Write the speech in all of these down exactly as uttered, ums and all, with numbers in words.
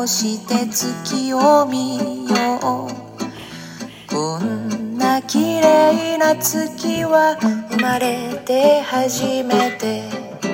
こして月を見よう。こんな綺麗な月は生まれて初めて。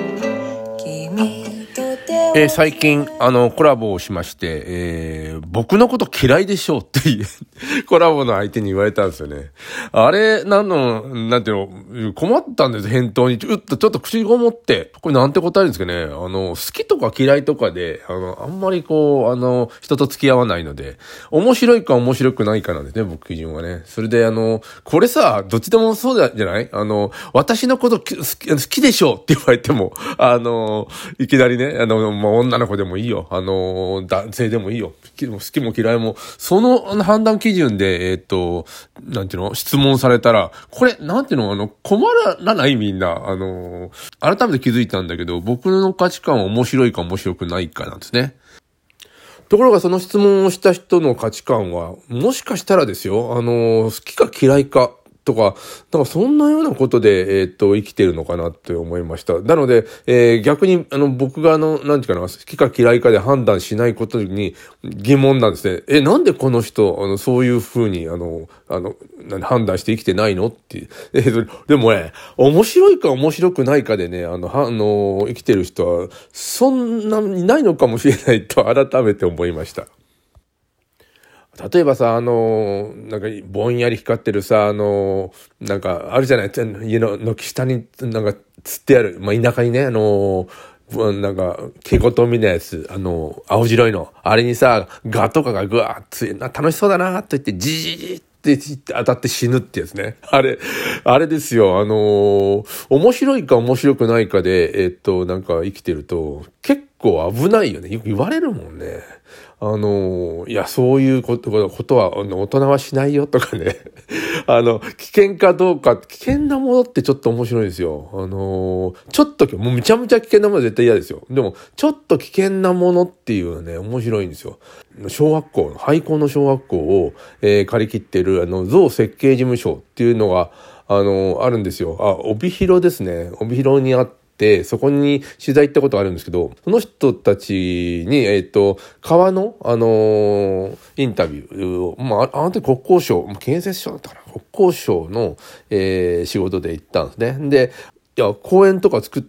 君と手を、 えー、最近あのコラボをしまして、えー、僕のこと嫌いでしょうっていうコラボの相手に言われたんですよね。あれ、なんの、なんていうの、困ったんです、返答に。ちょっと、ちょっと口ごもって、これなんて答えるんですかね。あの、好きとか嫌いとかで、あの、あんまりこう、あの、人と付き合わないので、面白いか面白くないかなんですね、僕基準はね。それで、あの、これさ、どっちでもそうじゃない？あの、私のこと好き、好きでしょうって言われても、あの、いきなりね、あの、まあ、女の子でもいいよ。あの、男性でもいいよ。好きも嫌いも、その判断基準で、えっと、なんていうの？質問されたら、これ、なんていうの？あの、困らないみんな。あの、改めて気づいたんだけど、僕の価値観は面白いか面白くないかなんですね。ところがその質問をした人の価値観は、もしかしたらですよ、あの、好きか嫌いか、とか、なんかそんなようなことで、えー、っと、生きてるのかなって思いました。なので、えー、逆に、あの、僕があの、なんていうかな、好きか嫌いかで判断しないことに疑問なんですね。え、なんでこの人、あの、そういうふうに、あの、あの、判断して生きてないのっていう。えー、でもね、面白いか面白くないかでね、あの、は、あの、生きてる人は、そんなにいないのかもしれないと改めて思いました。例えばさ、あの、なんか、ぼんやり光ってるさ、あの、なんか、あるじゃない、家の軒下に、なんか、釣ってある、まあ、田舎にね、あの、なんか、ケコトミのやつ、あの、青白いの。あれにさ、ガとかがぐわーっついな、楽しそうだなーって言って、じじじって当たって死ぬってやつね。あれ、あれですよ、あの、面白いか面白くないかで、えっと、なんか生きてると、結構危ないよね。よく言われるもんね。あの、いや、そういうこと、ことは、大人はしないよとかね。あの、危険かどうか、危険なものってちょっと面白いですよ。あの、ちょっと、もうむちゃむちゃ危険なものは絶対嫌ですよ。でも、ちょっと危険なものっていうのはね、面白いんですよ。小学校、廃校の小学校を、えー、借り切ってる、あの、造設計事務所っていうのが、あの、あるんですよ。あ、帯広ですね。帯広にあって、で、そこに取材行ったことがあるんですけど、その人たちに、えっと、川の、あのー、インタビューを、まあ、あの時国交省、建設省だったかな、国交省の、えー、仕事で行ったんですね。で、いや、公園とか作って、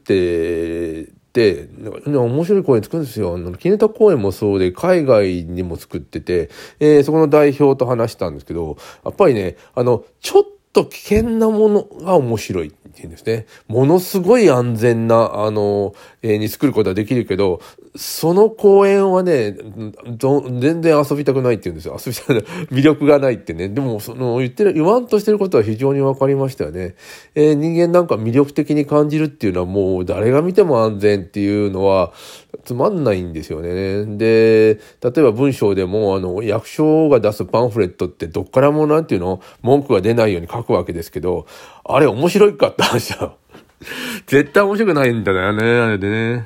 で、面白い公園作るんですよ。キネタ公園もそうで、海外にも作ってて、えー、そこの代表と話したんですけど、やっぱりね、あの、ちょっとちょっと危険なものが面白いっていうんですね。ものすごい安全な、あの、えー、に作ることはできるけど、その公園はね、全然遊びたくないって言うんですよ。遊びたくない。魅力がないってね。でも、その、言ってる、言わんとしてることは非常にわかりましたよね。えー、人間なんか魅力的に感じるっていうのはもう誰が見ても安全っていうのはつまんないんですよね。で、例えば文章でも、あの、役所が出すパンフレットってどっからもなんていうの、文句が出ないように書くわけですけど、あれ面白いかって話は。絶対面白くないんだよね、あれでね。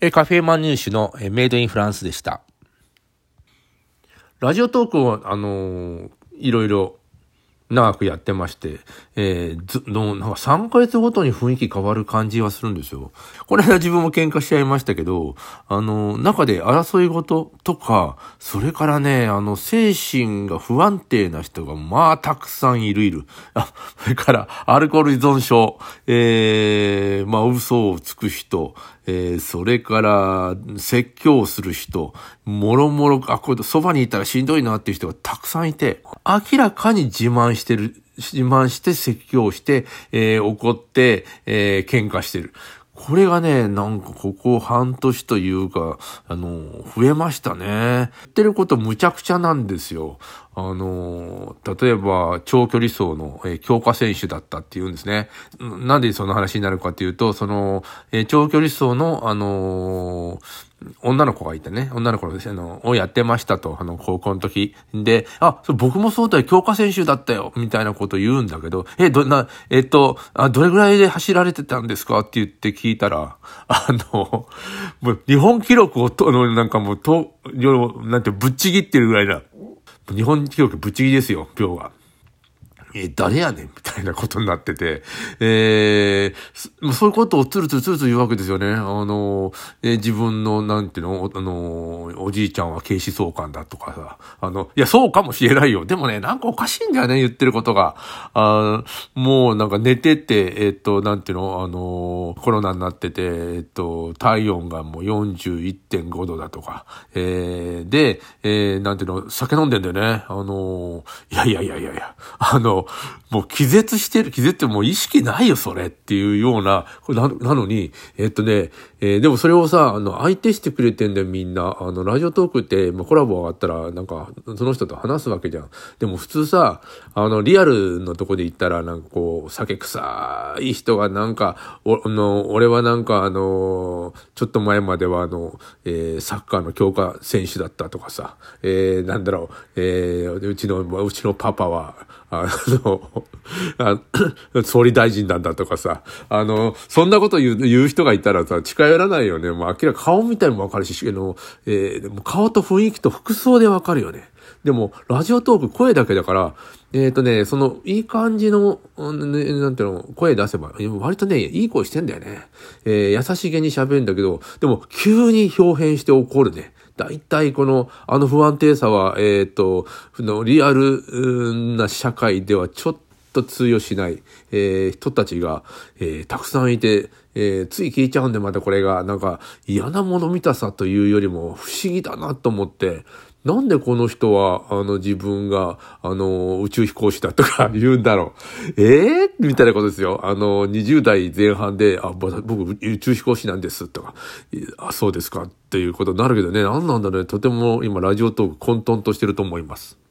えー、カフェマニューシュの、えー、メイドインフランスでした。ラジオトークを、あのー、いろいろ長くやってまして、えー、ずの、なんかさんかげつごとに雰囲気変わる感じはするんですよ。この間自分も喧嘩しちゃいましたけど、あの、中で争い事とか、それからね、あの、精神が不安定な人が、まあ、たくさんいるいる。あ、それから、アルコール依存症、えー、まあ、嘘をつく人、えー、それから、説教をする人、もろもろ、あ、これ、そばにいたらしんどいなっていう人がたくさんいて、明らかに自慢してる、自慢して説教して、えー、怒って、えー、喧嘩してる。これがね、なんかここ半年というか、あの、増えましたね。言ってることむちゃくちゃなんですよ。あの、例えば、長距離走の、えー、強化選手だったっていうんですね。なんでその話になるかっていうと、その、えー、長距離走の、あのー、女の子がいてね、女の子のですね、あの、をやってましたと、あの、高校の時。で、あ、それ僕もそうだよ、強化選手だったよ、みたいなこと言うんだけど、え、ど、な、えっと、あ、どれぐらいで走られてたんですかって言って聞いたら、あの、もう日本記録をと、なんかもう、と、なんて、ぶっちぎってるぐらいな、日本記録ぶっちぎりですよ、秒が。え、誰やねんみたいなことになってて、えー、そういうことをつるつるつるつる言うわけですよね。あの、えー、自分の、なんていうの、あの、おじいちゃんは警視総監だとかさ、あの、いや、そうかもしれないよ。でもね、なんかおかしいんだよね、言ってることが。あもうなんか寝てて、えっと、なんていうの、あの、コロナになってて、えっと、体温がもう よんじゅういってんご 度だとか、えー、で、えー、なんていうの、酒飲んでんだよね。あの、いやいやいやいやいや、あの、もう気絶してる、気絶ってもう意識ないよ、それっていうような、な、なのに、えっとね、えー、でもそれをさ、あの、相手してくれてんだよ、みんな。あの、ラジオトークって、まあ、コラボがあったら、なんか、その人と話すわけじゃん。でも普通さ、あの、リアルのとこで言ったら、なんかこう、酒臭い人がなんか、お、あの、俺はなんかあの、ちょっと前まではあの、えー、サッカーの強化選手だったとかさ、えー、なんだろう、えー、うちの、うちのパパは、あの、あ総理大臣なんだとかさ、あの、そんなこと言う、言う人がいたらさ、近寄らないよね。もう明らか顔みたいにもわかるし、あの、えー、でも顔と雰囲気と服装でわかるよね。でも、ラジオトーク声だけだから、えっとね、その、いい感じの、ね、なんていうの、声出せば、割とね、いい声してんだよね。えー、優しげに喋るんだけど、でも、急に表変して怒るね。だいたいこの、あの不安定さは、えっと、のリアルな社会ではちょっと通用しない、えー、人たちが、えー、たくさんいて、えー、つい聞いちゃうんで、またこれが、なんか、嫌なもの見たさというよりも、不思議だなと思って、なんでこの人は、あの、自分が、あの、宇宙飛行士だとか言うんだろう。ええー、みたいなことですよ。あの、にじゅう代前半で、あ、僕、宇宙飛行士なんです、とか。あ、そうですか、っていうことになるけどね。なんなんだろうね。とても今、ラジオトーク混沌としてると思います。